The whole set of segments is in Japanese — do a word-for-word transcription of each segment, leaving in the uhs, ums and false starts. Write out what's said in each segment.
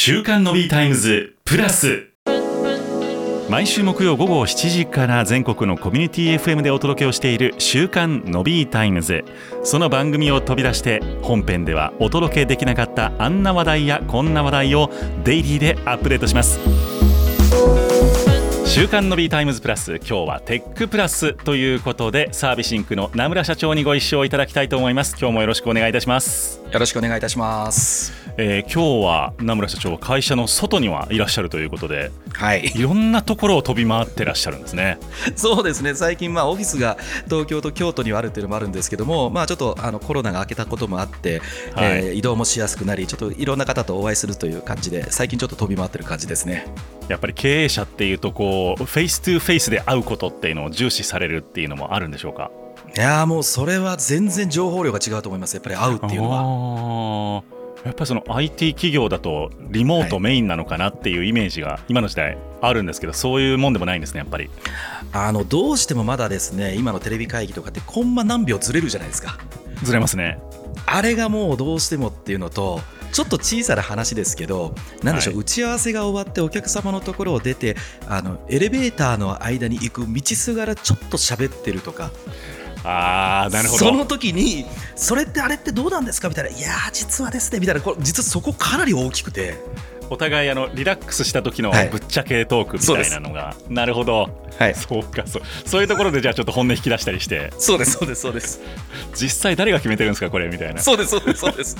週刊の B タイムズプラス、毎週木曜午後しちじから全国のコミュニティ エフエム でお届けをしている週刊の B タイムズ。その番組を飛び出して本編ではお届けできなかったあんな話題やこんな話題をデイリーでアップデートします。週刊の B タイムズプラス、今日はテックプラスということでサービシンクの名村社長にご一緒いただきたいと思います。今日もよろしくお願いいたします。 よろしくお願いいたします。 えー、今日は名村社長は会社の外にはいらっしゃるということで、 はい、 いろんなところを飛び回ってらっしゃるんですね。 そうですね、最近まあオフィスが東京と京都にはあるというのもあるんですけども、まあ、ちょっとあのコロナが明けたこともあって、はい、えー、移動もしやすくなり、ちょっといろんな方とお会いするという感じで最近ちょっと飛び回ってる感じですね。 やっぱり経営者っていうとこうフェイストゥフェイスで会うことっていうのを重視されるっていうのもあるんでしょうか？ いやもうそれは全然情報量が違うと思います。やっぱり会うっていうのはやっぱりその アイティー 企業だとリモートメインなのかなっていうイメージが今の時代あるんですけど、そういうもんでもないんですね。やっぱりあのどうしてもまだですね、今のテレビ会議とかってコンマ何秒ずれるじゃないですか。 ずれますね。 あれがもうどうしてもっていうのと、ちょっと小さな話ですけど、なんでしょう、はい、打ち合わせが終わってお客様のところを出て、あのエレベーターの間に行く道すがらちょっと喋ってるとか、 あー、なるほど。 その時にそれってあれってどうなんですかみたいな、いやー実はですねみたいな、これ実はそこかなり大きくて、 お互いあのリラックスした時のぶっちゃけトークみたいなのが、はい、なるほど、はい、そうか、そう、そういうところでじゃあちょっと本音引き出したりして、 そうですそうですそうです、 実際誰が決めてるんですかこれみたいな。 そうですそうですそうです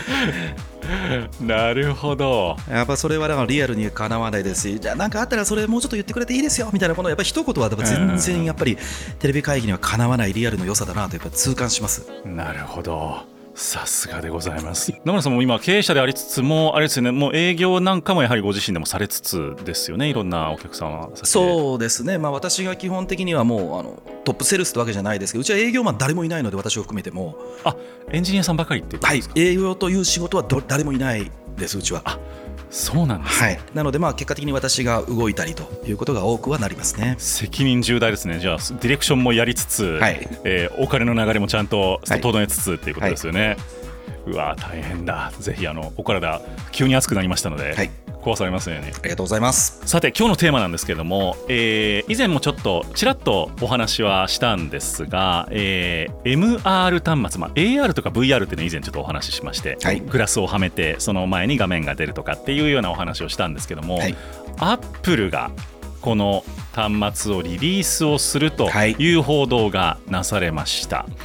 なるほど。 やっぱそれはだからリアルにかなわないですし、じゃあなんかあったらそれもうちょっと言ってくれていいですよみたいな、このやっぱり一言は全然やっぱりテレビ会議にはかなわないリアルの良さだなとやっぱ痛感します。 なるほど、さすがでございます。名村さんも今経営者でありつつもあれですよね、もう営業なんかもやはりご自身でもされつつですよね。いろんなお客様。 そうですね、まあ、私が基本的にはもうあのトップセールスってわけじゃないですけど、うちは営業マン誰もいないので、私を含めても。あ、 エンジニアさんばかりっていうことですか？ はい、営業という仕事はど誰もいないです、うちは。あ、 そうなんですね。 はい、なのでまあ結果的に私が動いたりということが多くはなりますね。 責任重大ですね。じゃあディレクションもやりつつ、はい、えー、お金の流れもちゃんと整えつつっていうことですよね。はいはい、うわ大変だ。ぜひあのお体急に熱くなりましたので、はい、壊されますよね。 ありがとうございます。 さて今日のテーマなんですけれども、えー、以前もちょっとちらっとお話はしたんですが、えー、エムアール 端末、まあ、エーアール とか ブイアール っていうのを以前ちょっとお話ししまして、はい、グラスをはめてその前に画面が出るとかっていうようなお話をしたんですけども、はい、アップルがこの端末をリリースをするという報道がなされました。はい、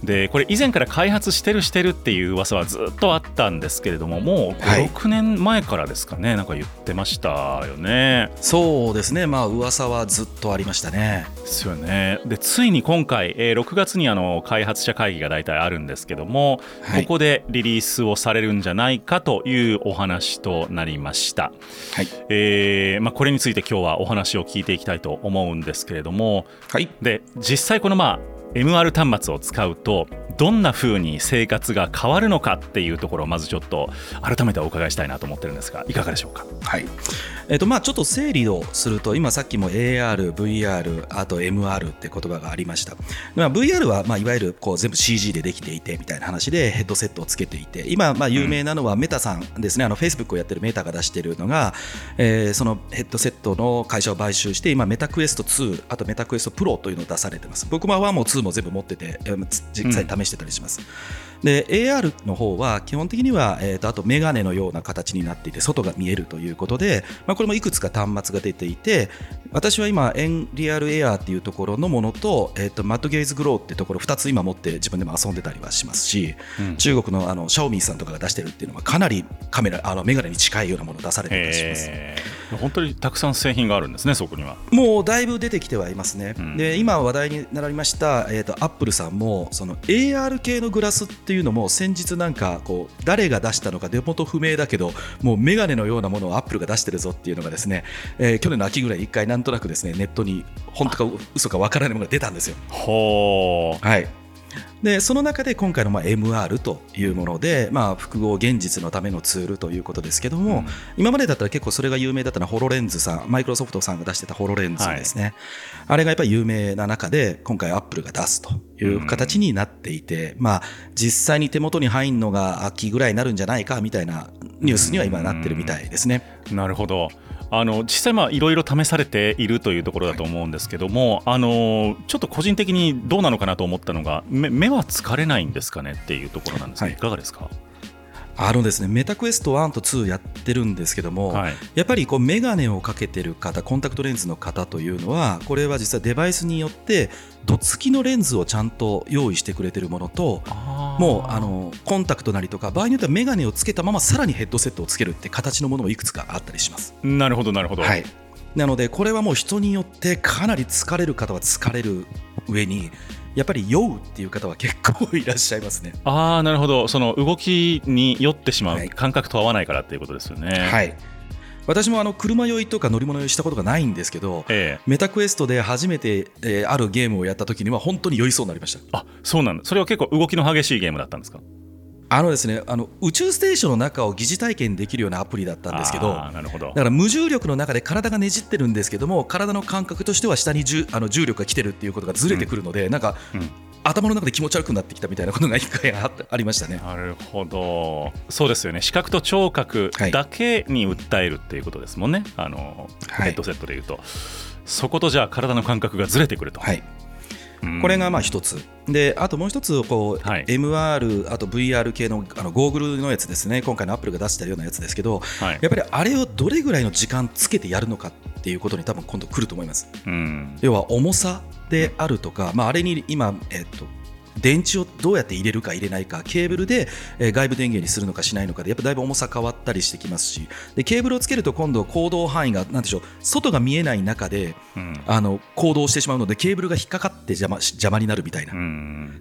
でこれ以前から開発してるしてるっていう噂はずっとあったんですけれども、もうご、ろくねんまえからですかね、なんか言ってましたよね。 そうですね、まあ噂はずっとありましたね。 ですよね。でついに今回、えー、ろくがつにあの開発者会議が大体あるんですけども、はい、ここでリリースをされるんじゃないかというお話となりました。はい、えーまあ、これについて今日はお話を聞いていきたいと思うんですけれども、はい、で実際このまあエムアール 端末を使うとどんな風に生活が変わるのかっていうところをまずちょっと改めてお伺いしたいなと思ってるんですが、いかがでしょうか？ はい、えーとまあ、ちょっと整理をすると、今さっきも エーアール、ブイアール、あと エムアール って言葉がありました。まあ、ブイアール はまあいわゆるこう全部 シージー でできていてみたいな話でヘッドセットをつけていて、今まあ有名なのはメタさんですね。あの Facebook をやってるメタが出しているのが、えー、そのヘッドセットの会社を買収して今メタクエストツー、あとメタクエストプロというのを出されてます。僕もワンもツーも全部持ってて実際試してたりします。うん、で エーアール の方は基本的には、えー、とあとメガネのような形になっていて外が見えるということで、まあ、これもいくつか端末が出ていて、私は今エンリアルエアーっていうところのものと、えー、とマッドゲイズグローっていうところふたつ今持って自分でも遊んでたりはしますし、うん、中国 の, あのシャオミーさんとかが出してるっていうのはかなりカメラあのメガネに近いようなものを出されてたりします。 本当にたくさん製品があるんですね。そこにはもうだいぶ出てきてはいますね。うん、で今話題になりました、えー、とアップルさんもその エーアール 系のグラスっていうのも先日なんかこう誰が出したのか出元不明だけどもうメガネのようなものをアップルが出してるぞっていうのがですね、えー、去年の秋ぐらいにいっかいなんとなくですねネットに本当か嘘か分からないものが出たんですよ。 ほー、 はい、 でその中で今回のまあ エムアール というもので、まあ、複合現実のためのツールということですけども、うん、今までだったら結構それが有名だったのはホロレンズさん、マイクロソフトさんが出してたホロレンズですね、はい、あれがやっぱり有名な中で今回アップルが出すという形になっていて、うん、まあ、実際に手元に入るのが秋ぐらいになるんじゃないかみたいなニュースには今なってるみたいですね。 うん、なるほど。あの実際いろいろ試されているというところだと思うんですけども、はい、あのちょっと個人的にどうなのかなと思ったのが 目, 目は疲れないんですかねっていうところなんですが、はい、いかがですか？ あのですね、メタクエストワンとツーやってるんですけども、はい、やっぱりこうメガネをかけてる方、コンタクトレンズの方というのは、これは実はデバイスによって度付きのレンズをちゃんと用意してくれてるものと、もうあのコンタクトなりとか、場合によってはメガネをつけたままさらにヘッドセットをつけるって形のものもいくつかあったりします。 なるほどなるほど、 はい、なのでこれはもう人によってかなり疲れる方は疲れる上に、やっぱり酔うっていう方は結構いらっしゃいますね。 ああ、なるほど。その動きに酔ってしまう、はい、感覚と合わないからっていうことですよね。 はい、私もあの車酔いとか乗り物酔いしたことがないんですけど、ええ、メタクエストで初めて、えー、あるゲームをやった時には本当に酔いそうになりました。 あ、そうなんだ。それは結構動きの激しいゲームだったんですか？ あのですね、あの宇宙ステーションの中を疑似体験できるようなアプリだったんですけど、 あ、なるほど。 だから無重力の中で体がねじってるんですけども、体の感覚としては下に重あの重力が来てるっていうことがずれてくるので、うん、なんか、うん、頭の中で気持ち悪くなってきたみたいなことが一回 あ, ありましたね。 なるほど。そうですよね。視覚と聴覚だけに訴えるっていうことですもんね、はい、あのヘッドセットでいうと、はい、そことじゃあ体の感覚がずれてくると、はい、 これがまあ一つで、あともう一つこう、はい、エムアール、あと ブイアール 系 の, あのゴーグルのやつですね。今回のアップルが出したようなやつですけど、はい、やっぱりあれをどれぐらいの時間つけてやるのかっていうことに多分今度来ると思います。うん、要は重さであるとか、まあ、あれに今、えっと電池をどうやって入れるか入れないか、ケーブルで外部電源にするのかしないのかでやっぱだいぶ重さ変わったりしてきますし、でケーブルをつけると今度行動範囲がなんでしょう、外が見えない中で、うん、あの行動してしまうのでケーブルが引っかかって邪魔、邪魔になるみたいな、うん、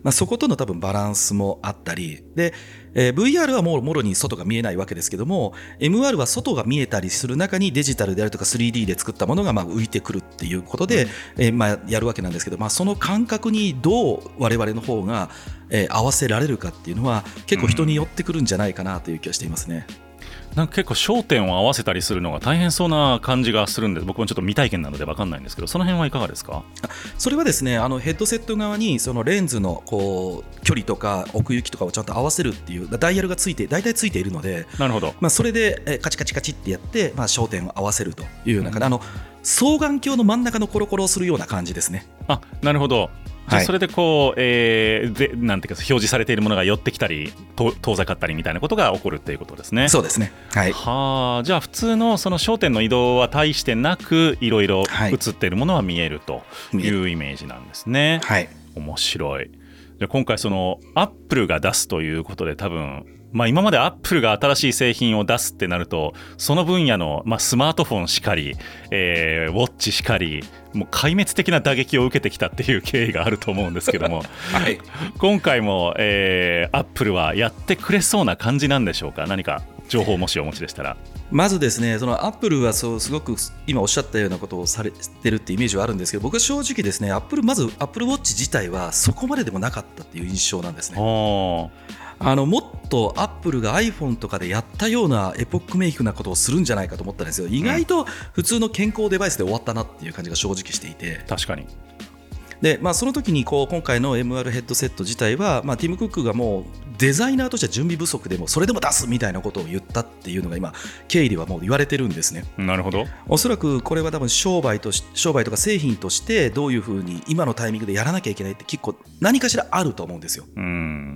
まあ、そことの多分バランスもあったりで、えー、ブイアール はもうもろに外が見えないわけですけども、 エムアール は外が見えたりする中にデジタルであるとか スリーディー で作ったものがまあ浮いてくるっていうことで、うん、えー、まあやるわけなんですけど、まあ、その感覚にどう我々の方がえー、合わせられるかっていうのは結構人に寄ってくるんじゃないかなという気がしていますね。 うん、なんか結構焦点を合わせたりするのが大変そうな感じがするんで、僕もちょっと未体験なので分かんないんですけど、その辺はいかがですか？ それはですね、あのヘッドセット側にそのレンズのこう距離とか奥行きとかをちゃんと合わせるっていうダイヤルがついて大体ついているので、 なるほど、 まあ、それで、えー、カチカチカチってやって、まあ、焦点を合わせるという中で、うん、あの双眼鏡の真ん中のコロコロをするような感じですね。 あ、なるほど。じゃあそれでこう、えー、でなんていうか表示されているものが寄ってきたりと遠ざかったりみたいなことが起こるっていうことですね。 そうですね。はい。 はあ、じゃあ普通のその焦点の移動は大してなく、いろいろ映っているものは見えるというイメージなんですね。はい。面白い。じゃあ今回そのアップルが出すということで、多分まあ、今までアップルが新しい製品を出すってなると、その分野の、まあ、スマートフォンしかり、えー、ウォッチしかり、もう壊滅的な打撃を受けてきたっていう経緯があると思うんですけども、はい、今回も、えー、アップルはやってくれそうな感じなんでしょうか？何か情報もしお持ちでしたら。 まずですね、そのアップルはそうすごく今おっしゃったようなことをされてるってイメージはあるんですけど、僕は正直ですね、アップルまずアップルウォッチ自体はそこまででもなかったっていう印象なんですね。あのもっとアップルが iPhone とかでやったようなエポックメイクなことをするんじゃないかと思ったんですよ。意外と普通の健康デバイスで終わったなっていう感じが正直していて、 確かに。 で、まあ、その時にこう今回の エムアール ヘッドセット自体は、まあ、ティム・クックがもうデザイナーとしては準備不足でもそれでも出すみたいなことを言ったっていうのが今経緯ではもう言われてるんですね。 なるほど。 おそらくこれは多分商売とし商売とか製品としてどういうふうに今のタイミングでやらなきゃいけないって結構何かしらあると思うんですよ。うん。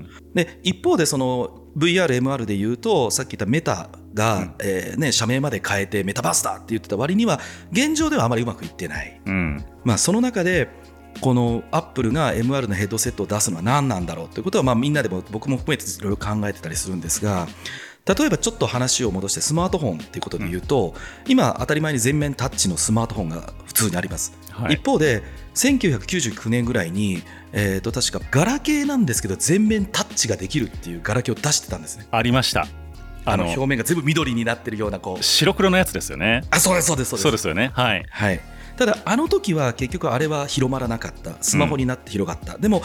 で一方でその ブイアール、エムアール で言うとさっき言ったメタが、うんえーね、社名まで変えてメタバースだって言ってた割には現状ではあまりうまくいってない。うんまあ、その中でこのアップルが エムアール のヘッドセットを出すのは何なんだろうということは、まあみんなでも僕も含めていろいろ考えてたりするんですが、例えばちょっと話を戻してスマートフォンということで言うと、うん、今当たり前に全面タッチのスマートフォンが普通にあります、はい、一方でせんきゅうひゃくきゅうじゅうきゅうねんぐらいに、えー、と確かガラケーなんですけど全面タッチができるっていうガラケーを出してたんですね。 ありました。 あの表面が全部緑になってるようなこう白黒のやつですよね。 あ、そうですそうですそうです。 そうですよね。はい、 はい、ただあの時は結局あれは広まらなかった。スマホになって広がった、うん、でも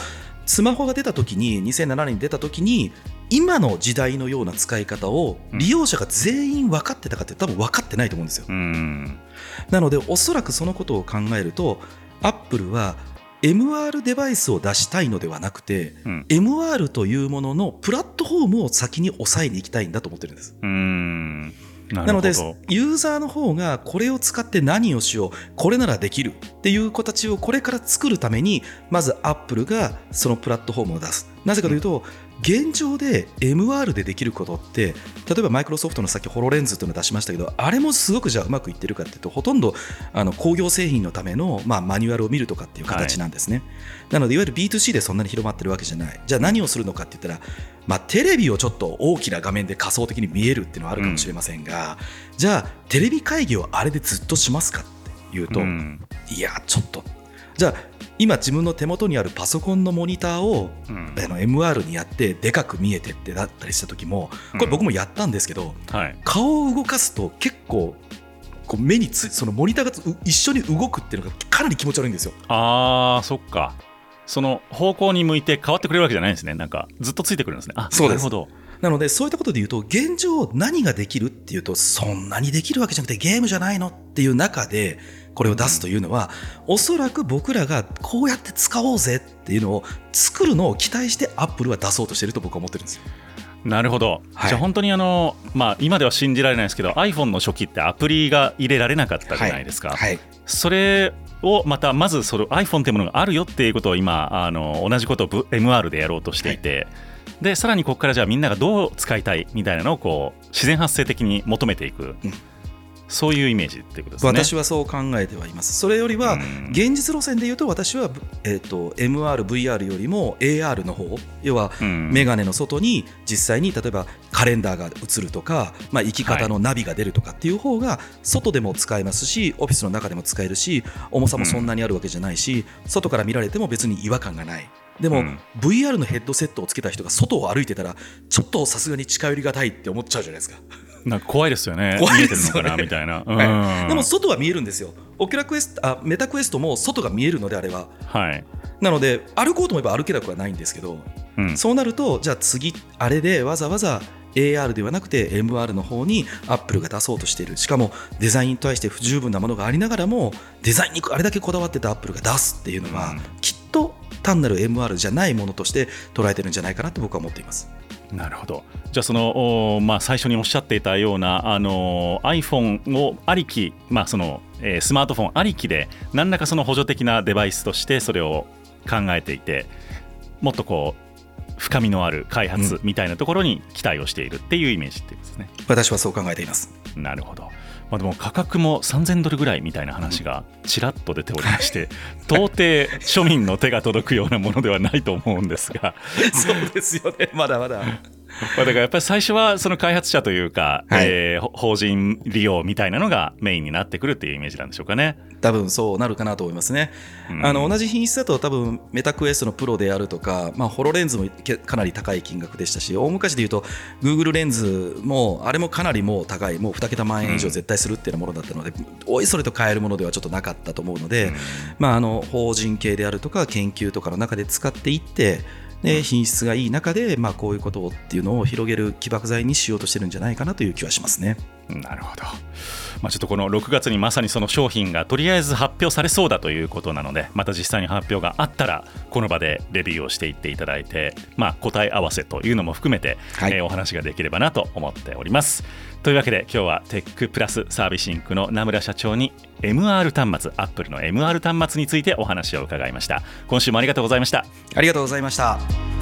スマホが出た時ににせんななねんに出た時に今の時代のような使い方を利用者が全員分かってたかって多分分かってないと思うんですよ。 うんなのでおそらくそのことを考えるとアップルは エムアール デバイスを出したいのではなくて、うん、エムアール というもののプラットフォームを先に抑えに行きたいんだと思ってるんです。 うーんななのでユーザーの方がこれを使って何をしようこれならできるっていう子たちをこれから作るためにまずアップルがそのプラットフォームを出す。なぜかというと、うん現状で エムアール でできることって例えばマイクロソフトのさっきホロレンズというのを出しましたけどあれもすごくじゃあうまくいってるかっていうとほとんどあの工業製品のための、まあ、マニュアルを見るとかっていう形なんですね、はい、なのでいわゆる ビーツーシー でそんなに広まってるわけじゃない。じゃあ何をするのかって言ったら、まあ、テレビをちょっと大きな画面で仮想的に見えるっていうのはあるかもしれませんが、うん、じゃあテレビ会議をあれでずっとしますかっていうと、うん、いやちょっとじゃあ今自分の手元にあるパソコンのモニターを、うん、あの エムアール にやってでかく見えてってなったりした時もこれ僕もやったんですけど、うんはい、顔を動かすと結構こう目につそのモニターが一緒に動くっていうのがかなり気持ち悪いんですよ。 あーそっかその方向に向いて変わってくれるわけじゃないんですね。なんかずっとついてくるんですね。あそうです。 なるほど。 なのでそういったことで言うと現状何ができるっていうとそんなにできるわけじゃなくてゲームじゃないのっていう中でこれを出すというのは、うん、おそらく僕らがこうやって使おうぜっていうのを作るのを期待してアップルは出そうとしていると僕は思ってるんですよ。 なるほど、はい、じゃあ本当にあの、まあ、今では信じられないですけど iPhone の初期ってアプリが入れられなかったじゃないですか、はいはい、それをまたまずその iPhone っていうものがあるよっていうことを今あの同じことを エムアール でやろうとしていて、はいでさらにここからじゃあみんながどう使いたいみたいなのをこう自然発生的に求めていく、うん、そういうイメージっていうことですね。 私はそう考えてはいます。それよりは現実路線でいうと私は、えー、と エムアール、ブイアール よりも エーアール の方要はメガネの外に実際に例えばカレンダーが映るとか、まあ、生き方のナビが出るとかっていう方が外でも使えますしオフィスの中でも使えるし重さもそんなにあるわけじゃないし外から見られても別に違和感がない。でも、うん、ブイアール のヘッドセットをつけた人が外を歩いてたらちょっとさすがに近寄りがたいって思っちゃうじゃないですか。 なんか怖いですよね。 怖いですよね。 見えてるのかなみたいな、うんはい、でも外は見えるんですよ。オキュラクエストあメタクエストも外が見えるのであれば、はい、なので歩こうと思えば歩けなくはないんですけど、うん、そうなるとじゃあ次あれでわざわざエーアール ではなくて エムアール の方にアップルが出そうとしている。しかもデザインに対して不十分なものがありながらもデザインにあれだけこだわってたアップルが出すっていうのは、うん、きっと単なる エムアール じゃないものとして捉えてるんじゃないかなと僕は思っています。 なるほど。じゃあその、まあ、最初におっしゃっていたようなあの iPhone をありき、まあそのえー、スマートフォンありきで何らかその補助的なデバイスとしてそれを考えていてもっとこう深みのある開発みたいなところに期待をしているっていうイメージっていうことですね、 うん、私はそう考えています。 なるほど。まあ、でも価格もさんぜんドルぐらいみたいな話がちらっと出ておりまして到底庶民の手が届くようなものではないと思うんですがそうですよね。まだまだだからやっぱり最初はその開発者というか、はいえー、法人利用みたいなのがメインになってくるっていうイメージなんでしょうかね。 多分そうなるかなと思いますね、うん、あの同じ品質だと多分メタクエストのプロであるとか、まあ、ホロレンズもかなり高い金額でしたし大昔でいうと Google レンズもあれもかなりもう高いもうに桁万円以上絶対するっていうようなものだったので、うん、おいそれと買えるものではちょっとなかったと思うので、うんまあ、あの法人系であるとか研究とかの中で使っていってで品質がいい中で、まあ、こういうことをっていうのを広げる起爆剤にしようとしてるんじゃないかなという気はしますね。 なるほど、まあ、ちょっとこのろくがつにまさにその商品がとりあえず発表されそうだということなのでまた実際に発表があったらこの場でレビューをしていっていただいて、まあ、答え合わせというのも含めて、はいえー、お話ができればなと思っております。というわけで今日はテックプラスサービシンクの名村社長に エムアール 端末アップルの エムアール 端末についてお話を伺いました。今週もありがとうございました。 ありがとうございました。